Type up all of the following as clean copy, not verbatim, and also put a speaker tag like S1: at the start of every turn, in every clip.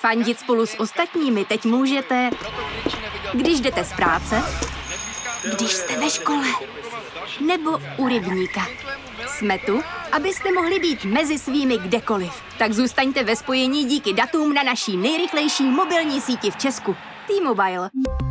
S1: Fandit spolu s ostatními teď můžete, když jdete z práce, když jste ve škole, nebo u rybníka. Jsme tu, abyste mohli být mezi svými kdekoliv. Tak zůstaňte ve spojení díky datům na naší nejrychlejší mobilní síti v Česku. T-Mobile.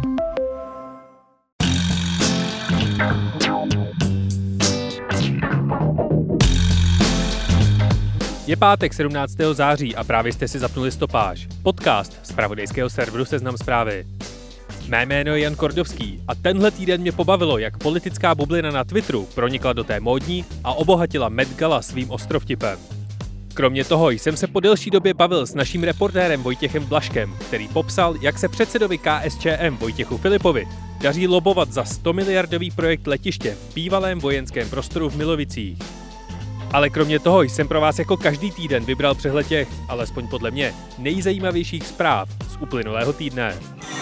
S2: Je pátek 17. září a právě jste si zapnuli Stopáž, podcast z zpravodajského serveru Seznam Zprávy. Mé jméno je Jan Kordovský a tenhle týden mě pobavilo, jak politická bublina na Twitteru pronikla do té módní a obohatila Met Gala svým ostrovtipem. Kromě toho jsem se po delší době bavil s naším reportérem Vojtěchem Blažkem, který popsal, jak se předsedovi KSČM Vojtěchu Filipovi daří lobovat za 100 miliardový projekt letiště v bývalém vojenském prostoru v Milovicích. Ale kromě toho jsem pro vás jako každý týden vybral přehled těch, alespoň podle mě, nejzajímavějších zpráv z uplynulého týdne.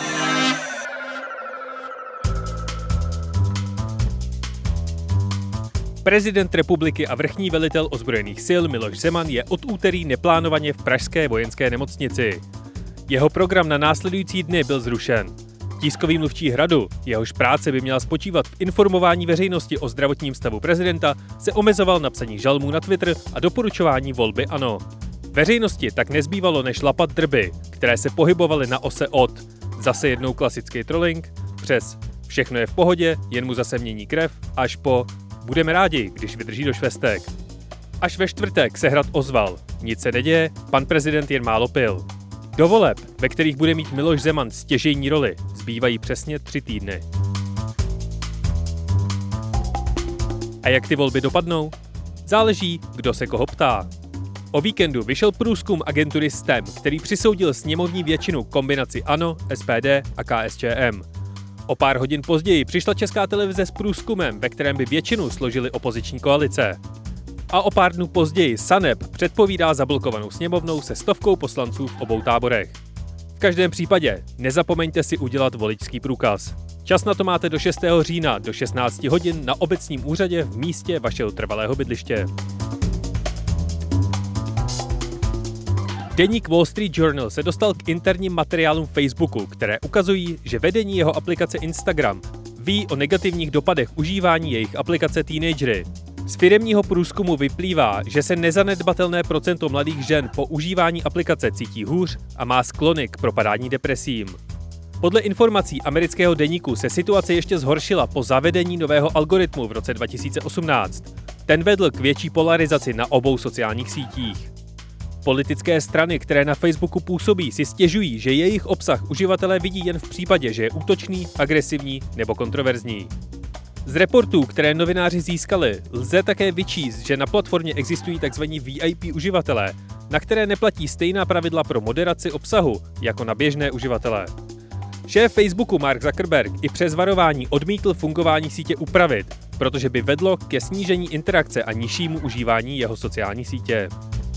S2: Prezident republiky a vrchní velitel ozbrojených sil Miloš Zeman je od úterý neplánovaně v pražské vojenské nemocnici. Jeho program na následující dny byl zrušen. Tiskový mluvčí Hradu, jehož práce by měla spočívat v informování veřejnosti o zdravotním stavu prezidenta, se omezoval na psaní žalmů na Twitter a doporučování volby ANO. Veřejnosti tak nezbývalo než lapat drby, které se pohybovaly na ose od zase jednou klasický trolling, přes všechno je v pohodě, jen mu zase mění krev, až po budeme rádi, když vydrží do švestek. Až ve čtvrtek se Hrad ozval. Nic se neděje, pan prezident jen málo pil. Do voleb, ve kterých bude mít Miloš Zeman stěžejní roli, zbývají přesně 3 týdny. A jak ty volby dopadnou? Záleží, kdo se koho ptá. O víkendu vyšel průzkum agentury STEM, který přisoudil sněmovní většinu kombinaci ANO, SPD a KSČM. O pár hodin později přišla Česká televize s průzkumem, ve kterém by většinu složily opoziční koalice. A o pár dnů později SANEP předpovídá zablokovanou sněmovnou se 100 poslanců v obou táborech. V každém případě nezapomeňte si udělat voličský průkaz. Čas na to máte do 6. října do 16 hodin na obecním úřadě v místě vašeho trvalého bydliště. Deník Wall Street Journal se dostal k interním materiálům Facebooku, které ukazují, že vedení jeho aplikace Instagram ví o negativních dopadech užívání jejich aplikace teenagery. Z firemního průzkumu vyplývá, že se nezanedbatelné procento mladých žen po užívání aplikace cítí hůř a má sklony k propadání depresím. Podle informací amerického deníku se situace ještě zhoršila po zavedení nového algoritmu v roce 2018. Ten vedl k větší polarizaci na obou sociálních sítích. Politické strany, které na Facebooku působí, si stěžují, že jejich obsah uživatelé vidí jen v případě, že je útočný, agresivní nebo kontroverzní. Z reportů, které novináři získali, lze také vyčíst, že na platformě existují tzv. VIP uživatelé, na které neplatí stejná pravidla pro moderaci obsahu jako na běžné uživatele. Šéf Facebooku Mark Zuckerberg i přes varování odmítl fungování sítě upravit, protože by vedlo ke snížení interakce a nižšímu užívání jeho sociální sítě.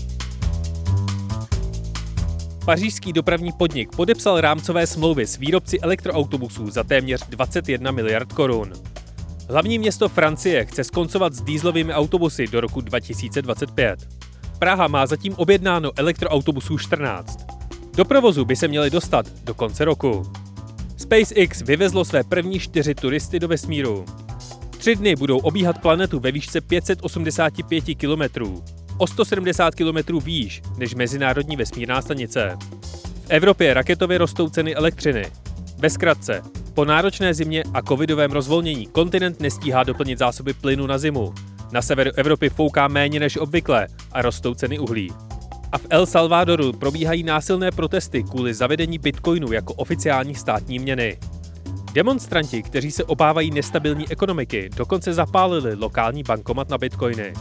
S2: Pařížský dopravní podnik podepsal rámcové smlouvy s výrobci elektroautobusů za téměř 21 miliard korun. Hlavní město Francie chce skoncovat s dieselovými autobusy do roku 2025. Praha má zatím objednáno elektroautobusů 14. Do provozu by se měly dostat do konce roku. SpaceX vyvezlo své první 4 turisty do vesmíru. 3 dny budou obíhat planetu ve výšce 585 km, o 170 km výš než Mezinárodní vesmírná stanice. V Evropě raketově rostou ceny elektřiny. Ve zkratce, po náročné zimě a covidovém rozvolnění kontinent nestíhá doplnit zásoby plynu na zimu. Na severu Evropy fouká méně než obvykle a rostou ceny uhlí. A v El Salvadoru probíhají násilné protesty kvůli zavedení bitcoinu jako oficiální státní měny. Demonstranti, kteří se obávají nestabilní ekonomiky, dokonce zapálili lokální bankomat na bitcoiny.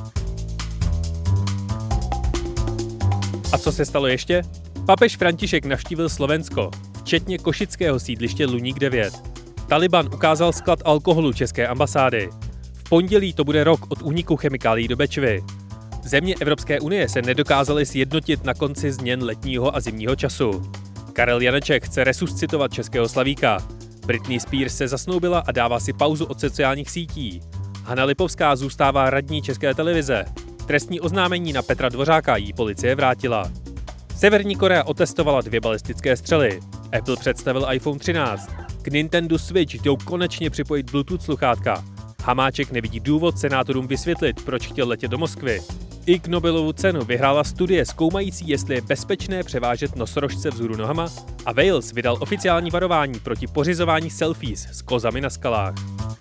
S2: A co se stalo ještě? Papež František navštívil Slovensko, včetně košického sídliště Luník 9. Taliban ukázal sklad alkoholu české ambasády. V pondělí to bude rok od úniku chemikálií do Bečvy. Země Evropské unie se nedokázaly sjednotit na konci změn letního a zimního času. Karel Janeček chce resuscitovat českého slavíka. Britney Spears se zasnoubila a dává si pauzu od sociálních sítí. Hana Lipovská zůstává radní České televize. Trestní oznámení na Petra Dvořáka jí policie vrátila. Severní Korea otestovala 2 balistické střely. Apple představil iPhone 13. K Nintendo Switch jdou konečně připojit Bluetooth sluchátka. Hamáček nevidí důvod senátorům vysvětlit, proč chtěl letět do Moskvy. Ig Nobelovu cenu vyhrála studie zkoumající, jestli je bezpečné převážet nosorožce vzhůru nohama, a Wales vydal oficiální varování proti pořizování selfies s kozami na skalách.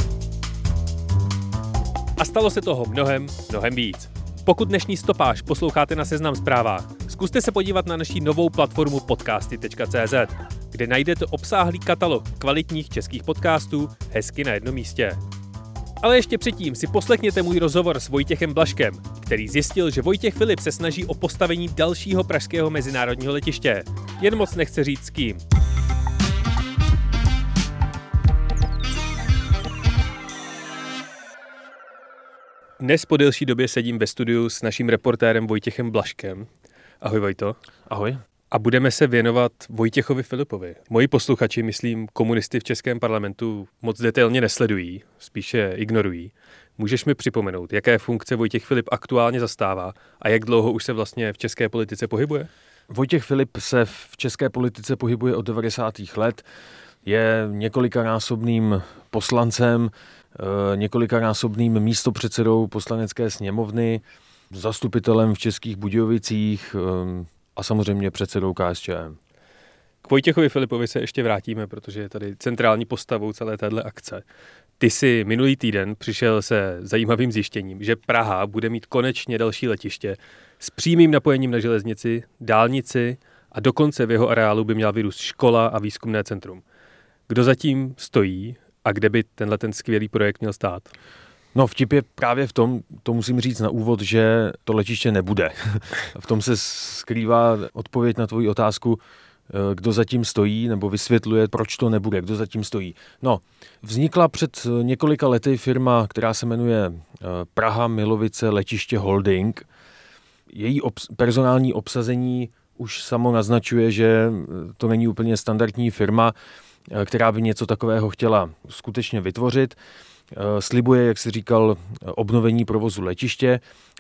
S2: A stalo se toho mnohem víc. Pokud dnešní stopáž posloucháte na Seznam Zprávách, zkuste se podívat na naši novou platformu podcasty.cz, kde najdete obsáhlý katalog kvalitních českých podcastů hezky na jednom místě. Ale ještě předtím si poslechněte můj rozhovor s Vojtěchem Blažkem, který zjistil, že Vojtěch Filip se snaží o postavení dalšího pražského mezinárodního letiště. Jen moc nechce říct s kým. Dnes po delší době sedím ve studiu s naším reportérem Vojtěchem Blažkem. Ahoj Vojto.
S3: Ahoj.
S2: A budeme se věnovat Vojtěchovi Filipovi. Moji posluchači, myslím, komunisty v českém parlamentu moc detailně nesledují, spíše ignorují. Můžeš mi připomenout, jaké funkce Vojtěch Filip aktuálně zastává a jak dlouho už se vlastně v české politice pohybuje?
S3: Vojtěch Filip se v české politice pohybuje od 90. let. Je několikanásobným poslancem, několikanásobným místopředsedou poslanecké sněmovny, zastupitelem v Českých Budějovicích a samozřejmě předsedou KSČM.
S2: K Vojtěchovi Filipovi se ještě vrátíme, protože je tady centrální postavou celé téhle akce. Ty jsi minulý týden přišel se zajímavým zjištěním, že Praha bude mít konečně další letiště s přímým napojením na železnici, dálnici a dokonce v jeho areálu by měla vyrůst škola a výzkumné centrum. Kdo zatím stojí a kde by tenhle skvělý projekt měl stát?
S3: No, vtip je právě v tom, to musím říct na úvod, že to letiště nebude. V tom se skrývá odpověď na tvoji otázku, kdo zatím stojí, nebo vysvětluje, proč to nebude, kdo zatím stojí. No, vznikla před několika lety firma, která se jmenuje Praha Milovice letiště Holding. Její personální obsazení už samo naznačuje, že to není úplně standardní firma, která by něco takového chtěla skutečně vytvořit. Slibuje, jak jsi říkal, obnovení provozu letiště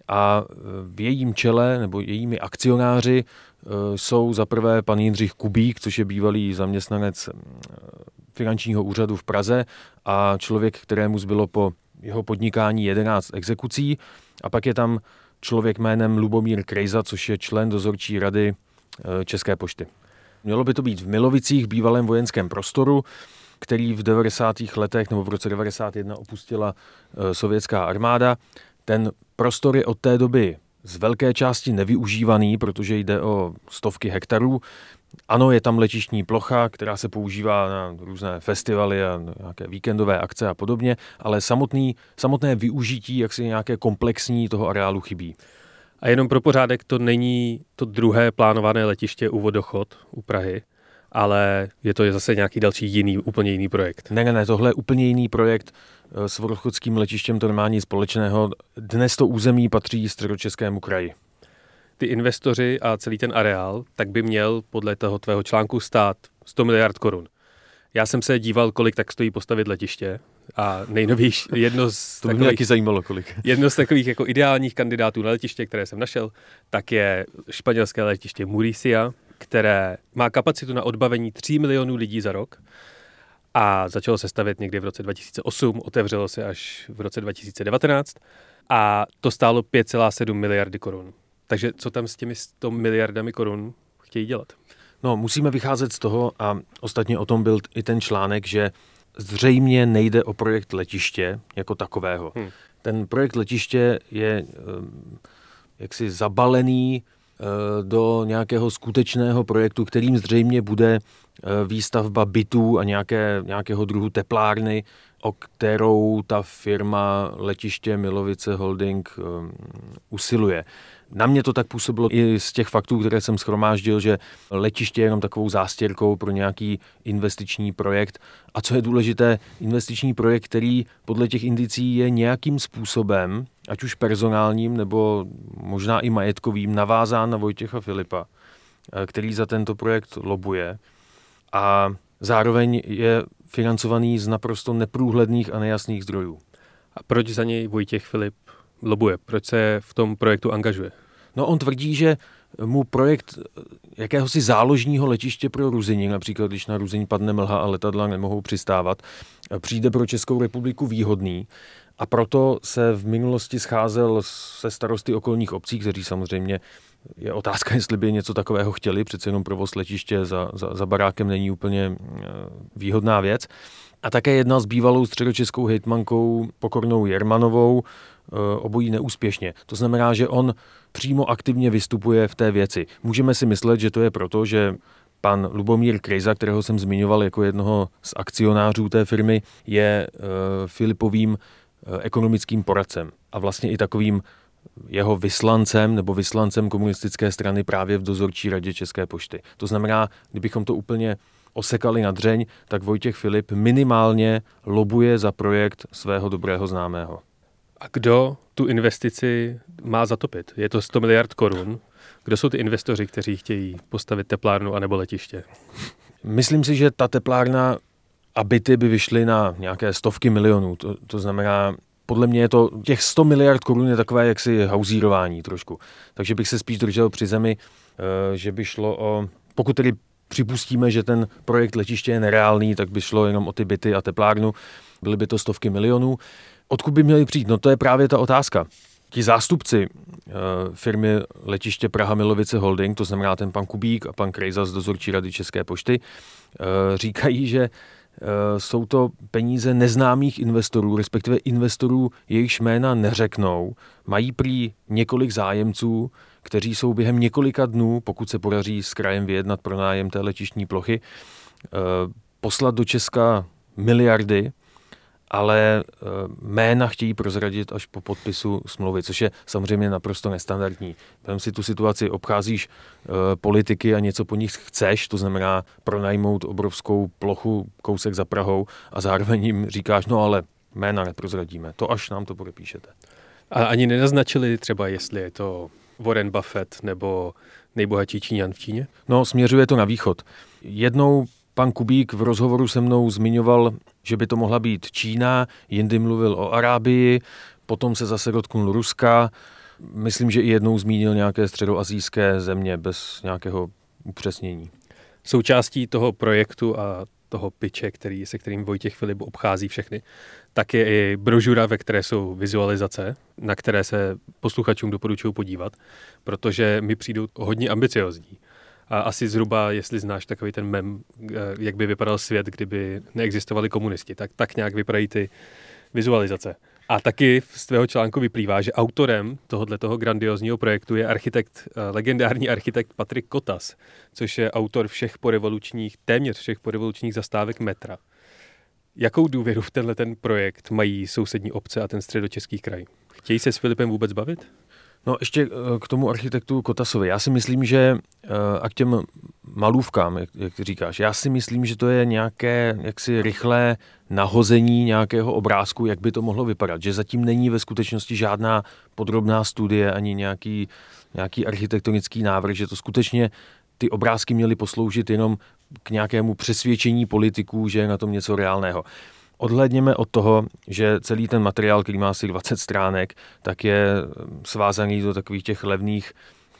S3: a v jejím čele nebo jejími akcionáři jsou za prvé pan Jindřich Kubík, což je bývalý zaměstnanec finančního úřadu v Praze a člověk, kterému zbylo po jeho podnikání 11 exekucí, a pak je tam člověk jménem Lubomír Krejza, což je člen dozorčí rady České pošty. Mělo by to být v Milovicích, bývalém vojenském prostoru, který v 90. letech nebo v roce 1991 opustila sovětská armáda. Ten prostor je od té doby z velké části nevyužívaný, protože jde o stovky hektarů. Ano, je tam letištní plocha, která se používá na různé festivaly a nějaké víkendové akce a podobně, ale samotné využití, jaksi nějaké komplexní toho areálu chybí.
S2: A jenom pro pořádek, to není to druhé plánované letiště u Vodochod u Prahy, ale je to zase nějaký další úplně jiný projekt.
S3: Ne, tohle je úplně jiný projekt. S Vodochodským letištěm to nemá nic společného. Dnes to území patří Středočeskému kraji.
S2: Ty investoři a celý ten areál, tak by měl podle toho tvého článku stát 100 miliard korun. Já jsem se díval, kolik tak stojí postavit letiště a nejnovější, jedno z takových jako ideálních kandidátů na letiště, které jsem našel, tak je španělské letiště Murcia, které má kapacitu na odbavení 3 milionů lidí za rok a začalo se stavět někdy v roce 2008, otevřelo se až v roce 2019 a to stálo 5,7 miliardy korun. Takže co tam s těmi 100 miliardami korun chtějí dělat?
S3: No, musíme vycházet z toho, a ostatně o tom byl i ten článek, že zřejmě nejde o projekt letiště jako takového. Ten projekt letiště je jaksi zabalený do nějakého skutečného projektu, kterým zřejmě bude výstavba bytů a nějakého druhu teplárny, o kterou ta firma letiště Milovice Holding usiluje. Na mě to tak působilo i z těch faktů, které jsem shromáždil, že letiště je jenom takovou zástěrkou pro nějaký investiční projekt. A co je důležité, investiční projekt, který podle těch indicí je nějakým způsobem, ať už personálním nebo možná i majetkovým, navázán na Vojtěcha Filipa, který za tento projekt lobuje. A zároveň je financovaný z naprosto neprůhledných a nejasných zdrojů.
S2: A proč za něj Vojtěch Filip lobuje? Proč se v tom projektu angažuje?
S3: No, on tvrdí, že mu projekt jakéhosi záložního letiště pro Ruzyni, například když na Ruzyni padne mlha a letadla nemohou přistávat, přijde pro Českou republiku výhodný. A proto se v minulosti scházel se starosty okolních obcí, kteří samozřejmě, je otázka, jestli by něco takového chtěli, přece jenom provoz letiště za barákem není úplně výhodná věc. A také jednal s bývalou středočeskou hejtmankou Pokornou Jermanovou, obojí neúspěšně. To znamená, že on přímo aktivně vystupuje v té věci. Můžeme si myslet, že to je proto, že pan Lubomír Krejza, kterého jsem zmiňoval jako jednoho z akcionářů té firmy, je Filipovým ekonomickým poradcem a vlastně i takovým jeho vyslancem nebo vyslancem komunistické strany právě v dozorčí radě České pošty. To znamená, kdybychom to úplně osekali na dřeň, tak Vojtěch Filip minimálně lobuje za projekt svého dobrého známého.
S2: A kdo tu investici má zatopit? Je to 100 miliard korun. Kdo jsou ty investoři, kteří chtějí postavit teplárnu anebo letiště?
S3: Myslím si, že ta teplárna a byty by vyšly na nějaké stovky milionů. To znamená, podle mě je to, těch 100 miliard korun je takové jaksi hauzírování trošku. Takže bych se spíš držel při zemi, že by šlo o, pokud tedy připustíme, že ten projekt letiště je nereálný, tak by šlo jenom o ty byty a teplárnu, byly by to stovky milionů. Odkud by měli přijít? No to je právě ta otázka. Ti zástupci firmy letiště Praha Milovice Holding, to znamená ten pan Kubík a pan Krejza z dozorčí rady České pošty, říkají, že jsou to peníze neznámých investorů, respektive investorů, jejichž jména neřeknou, mají prý několik zájemců, kteří jsou během několika dnů, pokud se podaří s krajem vyjednat pronájem té letištní plochy, poslat do Česka miliardy, ale jména chtějí prozradit až po podpisu smlouvy, což je samozřejmě naprosto nestandardní. Vem si tu situaci, obcházíš politiky a něco po nich chceš, to znamená pronajmout obrovskou plochu kousek za Prahou a zároveň jim říkáš, no ale jména neprozradíme, to až nám to podepíšete.
S2: A ani nenaznačili třeba, jestli je to Warren Buffett nebo nejbohatší Číňan v Číně?
S3: No, směřuje to na východ. Jednou pan Kubík v rozhovoru se mnou zmiňoval, že by to mohla být Čína, jindy mluvil o Arábii, potom se zase dotknul Ruska. Myslím, že i jednou zmínil nějaké středoasijské země bez nějakého upřesnění.
S2: Součástí toho projektu a toho pitche, se kterým Vojtěch Filip obchází všechny, tak je i brožura, ve které jsou vizualizace, na které se posluchačům doporučuji podívat, protože mi přijdou hodně ambiciozní. A asi zhruba, jestli znáš takový ten mem, jak by vypadal svět, kdyby neexistovali komunisti, tak nějak vypadají ty vizualizace. A taky z tvého článku vyplývá, že autorem tohoto grandiozního projektu je legendární architekt Patrik Kotas, což je autor téměř všech porevolučních zastávek metra. Jakou důvěru v ten projekt mají sousední obce a ten středočeský kraj? Chtějí se s Filipem vůbec bavit?
S3: No ještě k tomu architektu Kotasovi. Já si myslím, že a k těm malůvkám, jak ty říkáš, já si myslím, že to je nějaké jaksi rychlé nahození nějakého obrázku, jak by to mohlo vypadat. Že zatím není ve skutečnosti žádná podrobná studie ani nějaký architektonický návrh, že to skutečně ty obrázky měly posloužit jenom k nějakému přesvědčení politiků, že je na tom něco reálného. Odhlédněme od toho, že celý ten materiál, který má asi 20 stránek, tak je svázaný do takových těch levných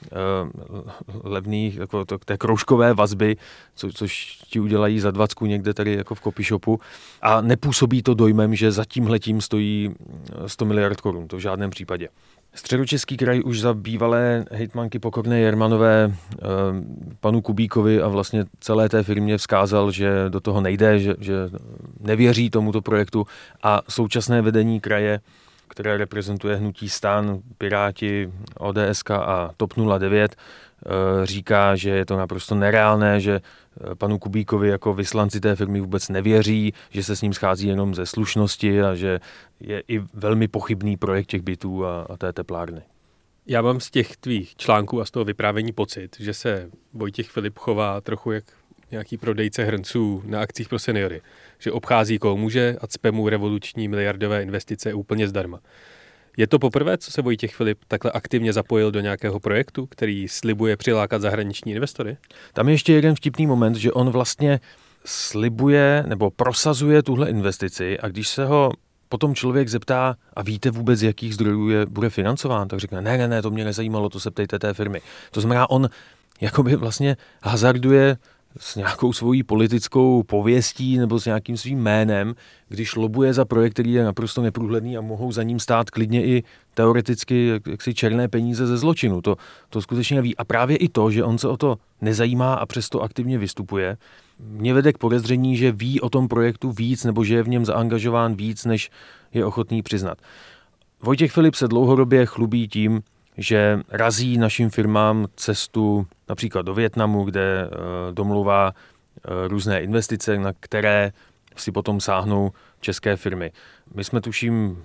S3: té kroužkové vazby, což ti udělají za 20 někde tady jako v copyshopu a nepůsobí to dojmem, že za tímhletím stojí 100 miliard korun, to v žádném případě. Středočeský kraj už za bývalé hejtmanky Pokorné Jermanové panu Kubíkovi a vlastně celé té firmě vzkázal, že do toho nejde, že nevěří tomuto projektu a současné vedení kraje, které reprezentuje hnutí STAN, Piráti, ODS a TOP 09, říká, že je to naprosto nereálné, že panu Kubíkovi jako vyslanci té firmy vůbec nevěří, že se s ním schází jenom ze slušnosti a že je i velmi pochybný projekt těch bytů a té teplárny.
S2: Já mám z těch tvých článků a z toho vyprávění pocit, že se Vojtěch Filip chová trochu jak nějaký prodejce hrnců na akcích pro seniory, že obchází koho může a cpe mu revoluční miliardové investice úplně zdarma. Je to poprvé, co se Vojtěch Filip takhle aktivně zapojil do nějakého projektu, který slibuje přilákat zahraniční investory?
S3: Tam je ještě jeden vtipný moment, že on vlastně slibuje nebo prosazuje tuhle investici a když se ho potom člověk zeptá, a víte vůbec, z jakých zdrojů bude financován, tak řekne, ne, to mě nezajímalo, to se ptejte té firmy. To znamená, on jakoby vlastně hazarduje s nějakou svojí politickou pověstí nebo s nějakým svým jménem, když lobuje za projekt, který je naprosto neprůhledný a mohou za ním stát klidně i teoreticky jaksi černé peníze ze zločinu. To skutečně neví. A právě i to, že on se o to nezajímá a přesto aktivně vystupuje, mě vede k podezření, že ví o tom projektu víc nebo že je v něm zaangažován víc, než je ochotný přiznat. Vojtěch Filip se dlouhodobě chlubí tím, že razí našim firmám cestu například do Vietnamu, kde domluvá různé investice, na které si potom sáhnou české firmy. My jsme tuším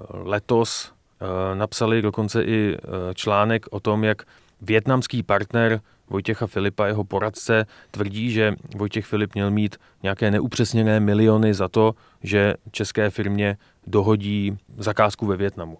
S3: letos napsali dokonce i článek o tom, jak vietnamský partner Vojtěcha Filipa, jeho poradce, tvrdí, že Vojtěch Filip měl mít nějaké neupřesněné miliony za to, že české firmě dohodí zakázku ve Vietnamu.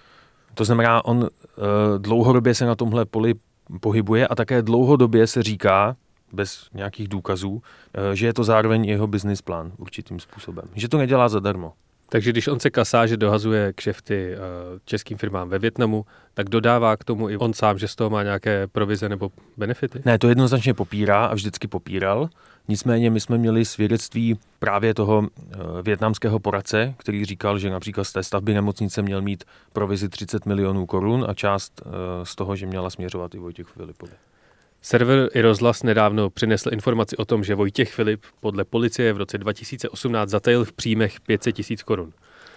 S3: To znamená, on dlouhodobě se na tomhle poli pohybuje a také dlouhodobě se říká, bez nějakých důkazů, že je to zároveň jeho business plán určitým způsobem. Že to nedělá zadarmo.
S2: Takže když on se kasá, že dohazuje kšefty českým firmám ve Vietnamu, tak dodává k tomu i on sám, že z toho má nějaké provize nebo benefity?
S3: Ne, to jednoznačně popírá a vždycky popíral. Nicméně my jsme měli svědectví právě toho vietnamského poradce, který říkal, že například z té stavby nemocnice měl mít provizi 30 milionů korun a část z toho, že měla směřovat i Vojtěchu Filipovi.
S2: Server i rozhlas nedávno přinesl informaci o tom, že Vojtěch Filip podle policie v roce 2018 zatajil v příjmech 500 000 korun.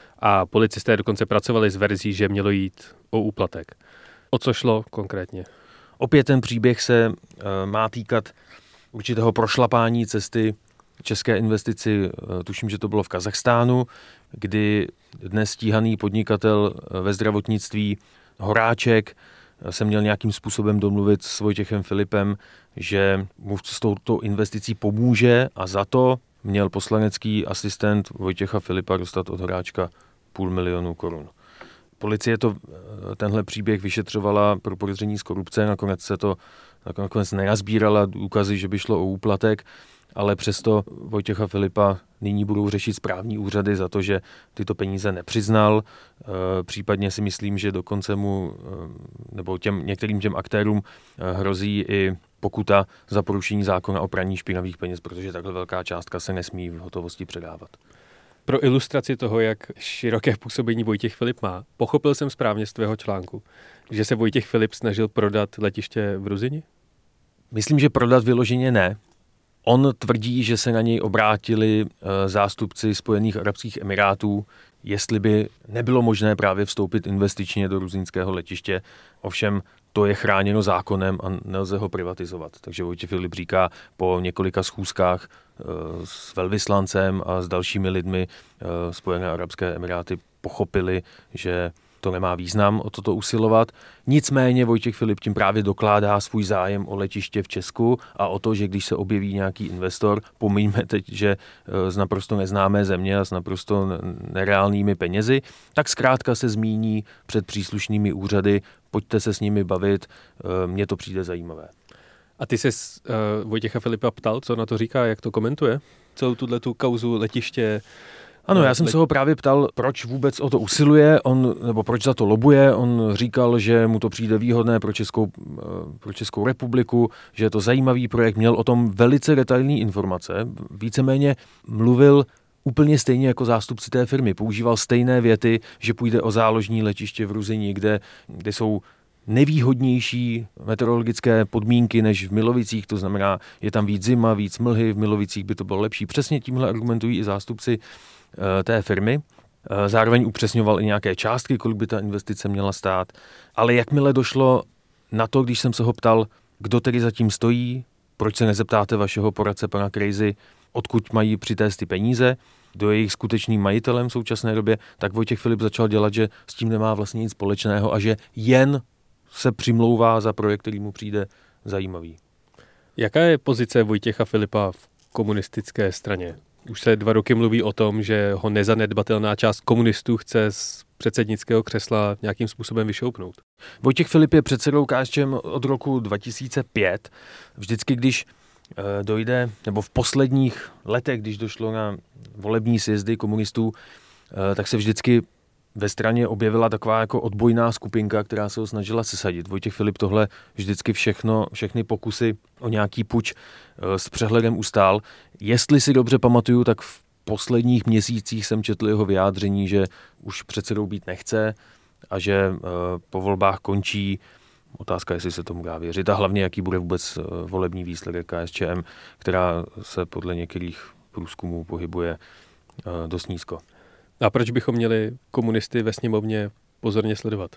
S2: A policisté dokonce pracovali s verzí, že mělo jít o úplatek. O co šlo konkrétně?
S3: Opět ten příběh se má týkat určitého prošlapání cesty české investici, tuším, že to bylo v Kazachstánu, kdy dnes stíhaný podnikatel ve zdravotnictví Horáček se měl nějakým způsobem domluvit s Vojtěchem Filipem, že mu s touto investicí pomůže a za to měl poslanecký asistent Vojtěcha Filipa dostat od Horáčka 500 000 korun. Policie tenhle příběh vyšetřovala pro podezření z korupce, nakonec nenazbírala důkazy, že by šlo o úplatek, ale přesto Vojtěcha Filipa nyní budou řešit správní úřady za to, že tyto peníze nepřiznal. Případně si myslím, že dokonce mu nebo některým těm aktérům hrozí i pokuta za porušení zákona o praní špinavých peněz, protože takhle velká částka se nesmí v hotovosti předávat.
S2: Pro ilustraci toho, jak široké působení Vojtěch Filip má, pochopil jsem správně z tvého článku, že se Vojtěch Filip snažil prodat letiště v Ruzini?
S3: Myslím, že prodat vyloženě ne. On tvrdí, že se na něj obrátili zástupci Spojených arabských emirátů, jestli by nebylo možné právě vstoupit investičně do ruzínského letiště. Ovšem to je chráněno zákonem a nelze ho privatizovat. Takže Vojtěch Filip říká, po několika schůzkách s velvyslancem a s dalšími lidmi Spojené arabské emiráty pochopili, že to nemá význam o toto usilovat. Nicméně Vojtěch Filip tím právě dokládá svůj zájem o letiště v Česku a o to, že když se objeví nějaký investor, pomíňme teď, že z naprosto neznámé země a s naprosto nereálnými penězi, tak zkrátka se zmíní před příslušnými úřady, pojďte se s nimi bavit, mně to přijde zajímavé.
S2: A ty se Vojtěcha Filipa ptal, co na to říká, jak to komentuje? Celou tu kauzu letiště.
S3: Ano, já jsem se ho právě ptal, proč vůbec o to usiluje, nebo proč za to lobuje. On říkal, že mu to přijde výhodné pro Českou republiku, že je to zajímavý projekt, měl o tom velice detailní informace, víceméně mluvil úplně stejně jako zástupci té firmy, používal stejné věty, že půjde o záložní letiště v Ruzini, kde jsou nevýhodnější meteorologické podmínky než v Milovicích, to znamená, je tam víc zima, víc mlhy, v Milovicích by to bylo lepší. Přesně tímhle argumentují i zástupci té firmy. Zároveň upřesňoval i nějaké částky, kolik by ta investice měla stát. Ale jakmile došlo na to, když jsem se ho ptal, kdo tedy zatím stojí, proč se nezeptáte vašeho poradce pana Krejzy, odkud mají přitéct ty peníze, kdo je jejich skutečným majitelem v současné době, tak Vojtěch Filip začal dělat, že s tím nemá vlastně nic společného a že jen se přimlouvá za projekt, který mu přijde zajímavý.
S2: Jaká je pozice Vojtěcha Filipa v komunistické straně? Už se 2 roky mluví o tom, že ho nezanedbatelná část komunistů chce z předsednického křesla nějakým způsobem vyšoupnout.
S3: Vojtěch Filip je předsedou KSČM od roku 2005. Vždycky, když dojde, nebo v posledních letech, když došlo na volební sjezdy komunistů, tak se vždycky ve straně objevila taková jako odbojná skupinka, která se ho snažila sesadit. Vojtěch Filip tohle vždycky všechny pokusy o nějaký puč s přehledem ustál. Jestli si dobře pamatuju, tak v posledních měsících jsem četl jeho vyjádření, že už předsedou být nechce a že po volbách končí. Otázka, jestli se tomu dá věřit a hlavně, jaký bude vůbec volební výsledek KSČM, která se podle některých průzkumů pohybuje dost nízko.
S2: A proč bychom měli komunisty ve sněmovně pozorně sledovat?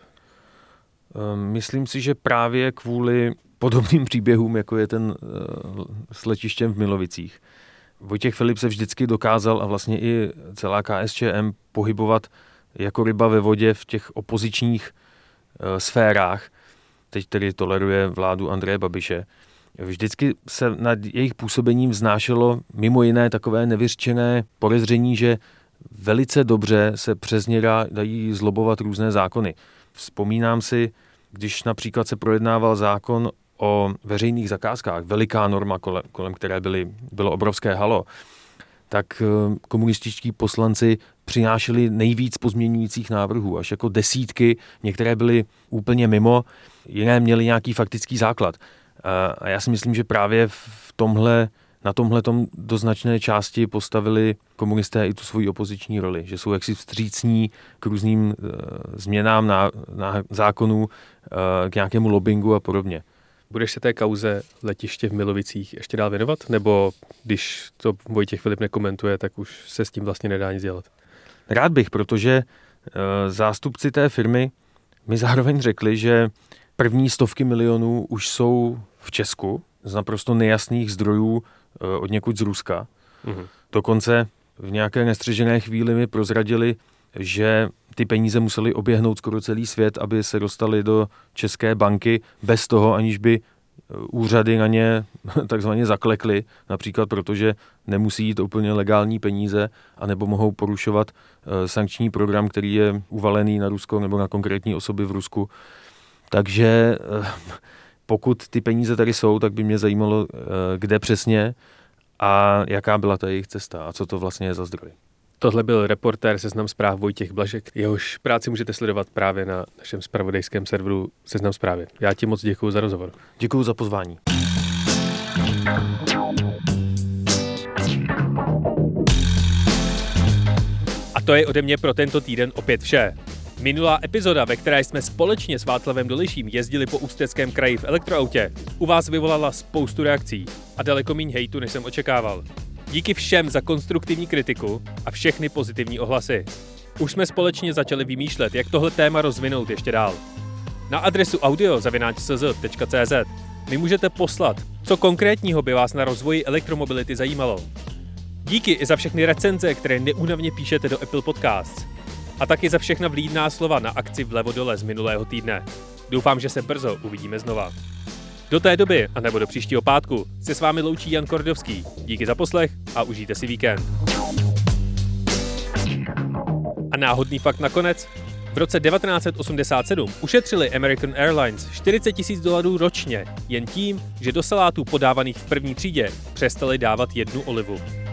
S3: Myslím si, že právě kvůli podobným příběhům, jako je ten s letištěm v Milovicích. Vojtěch Filip se vždycky dokázal a vlastně i celá KSČM pohybovat jako ryba ve vodě v těch opozičních sférách. Teď tedy toleruje vládu Andreje Babiše. Vždycky se nad jejich působením vznášelo mimo jiné takové nevyřčené podezření, že velice dobře se přes ně dají zlobovat různé zákony. Vzpomínám si, když například se projednával zákon o veřejných zakázkách, veliká norma, kolem které bylo obrovské halo, tak komunističtí poslanci přinášeli nejvíc pozměňujících návrhů, až jako desítky, některé byly úplně mimo, jiné měly nějaký faktický základ. A já si myslím, že právě na tomhletom do značné části postavili komunisté i tu svoji opoziční roli, že jsou jaksi vstřícní k různým změnám na zákonů, k nějakému lobbingu a podobně.
S2: Budeš se té kauze letiště v Milovicích ještě dál věnovat? Nebo když to Vojtěch Filip nekomentuje, tak už se s tím vlastně nedá nic dělat?
S3: Rád bych, protože zástupci té firmy mi zároveň řekli, že první stovky milionů už jsou v Česku z naprosto nejasných zdrojů od někud z Ruska. Mhm. Dokonce v nějaké nestřežené chvíli mi prozradili, že ty peníze museli oběhnout skoro celý svět, aby se dostali do české banky bez toho, aniž by úřady na ně takzvaně zaklekly, například protože nemusí jít úplně legální peníze, anebo mohou porušovat sankční program, který je uvalený na Rusko nebo na konkrétní osoby v Rusku. Takže pokud ty peníze tady jsou, tak by mě zajímalo, kde přesně a jaká byla ta jejich cesta a co to vlastně je za zdroj.
S2: Tohle byl reportér Seznam zpráv Vojtěch Blažek. Jehož práci můžete sledovat právě na našem zpravodajském serveru Seznam zprávy. Já ti moc děkuju za rozhovor.
S3: Děkuju za pozvání.
S2: A to je ode mě pro tento týden opět vše. Minulá epizoda, ve které jsme společně s Václavem Dolejším jezdili po Ústeckém kraji v elektroautě, u vás vyvolala spoustu reakcí a daleko míň hejtu, než jsem očekával. Díky všem za konstruktivní kritiku a všechny pozitivní ohlasy. Už jsme společně začali vymýšlet, jak tohle téma rozvinout ještě dál. Na adresu audio@cz.cz mi můžete poslat, co konkrétního by vás na rozvoji elektromobility zajímalo. Díky i za všechny recenze, které neúnavně píšete do Apple Podcasts. A taky za všechna vlídná slova na akci vlevo dole z minulého týdne. Doufám, že se brzo uvidíme znova. Do té doby, anebo do příštího pátku, se s vámi loučí Jan Kordovský. Díky za poslech a užijte si víkend. A náhodný fakt nakonec. V roce 1987 ušetřili American Airlines $40,000 ročně jen tím, že do salátů podávaných v první třídě přestali dávat 1 olivu.